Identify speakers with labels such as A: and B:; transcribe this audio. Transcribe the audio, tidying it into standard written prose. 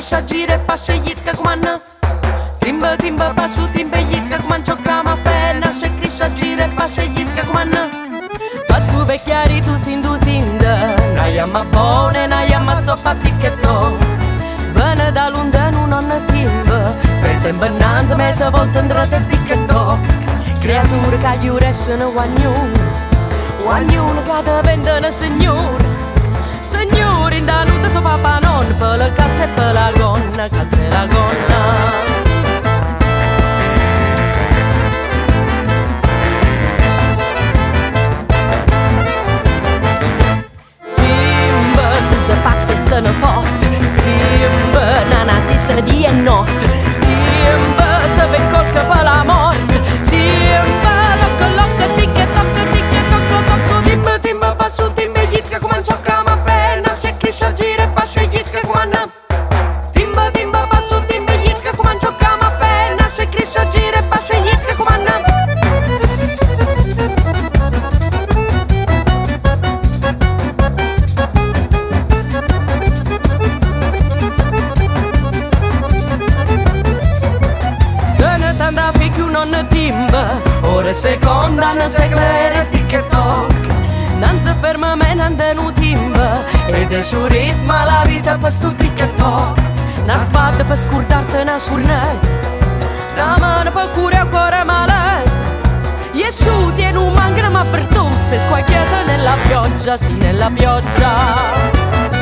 A: criscia gira e fa scegliere come timba timba passo timba yitka come giocama fe nasce criscia gira e fa scegliere come tu vecchiari tu sinda nayama bone nayama zoppa ticchetto bene da lontano non timba presa in benanza messa volta in drata ticchetto creature che gli rescono ognuno che te vendono signore in danuta so papà non per la cazzo e per la gonna cazzo e la gonna sono forte, timba, non assiste di e notte, timba, se ve colca per la morte, timba, locca, ticche, tocco, timba, timba, passo, timba, yitka, come ciocca, ma fena, se criscia gira e fa sceglitka, come timba, timba, passo, timba, yitka, come ciocca, ma fena, se criscia gira e fa sceglitka, come non timba, ora seconda, non segle TikTok. Non si ferma me, non non timba, ed è su ritmo la vita per stu TikTok. Una spada per scurtarti una giornata, la mano per curare il cuore male. Gli asciuti e non mancano ma per tutti, squacchiate nella pioggia, sì nella pioggia.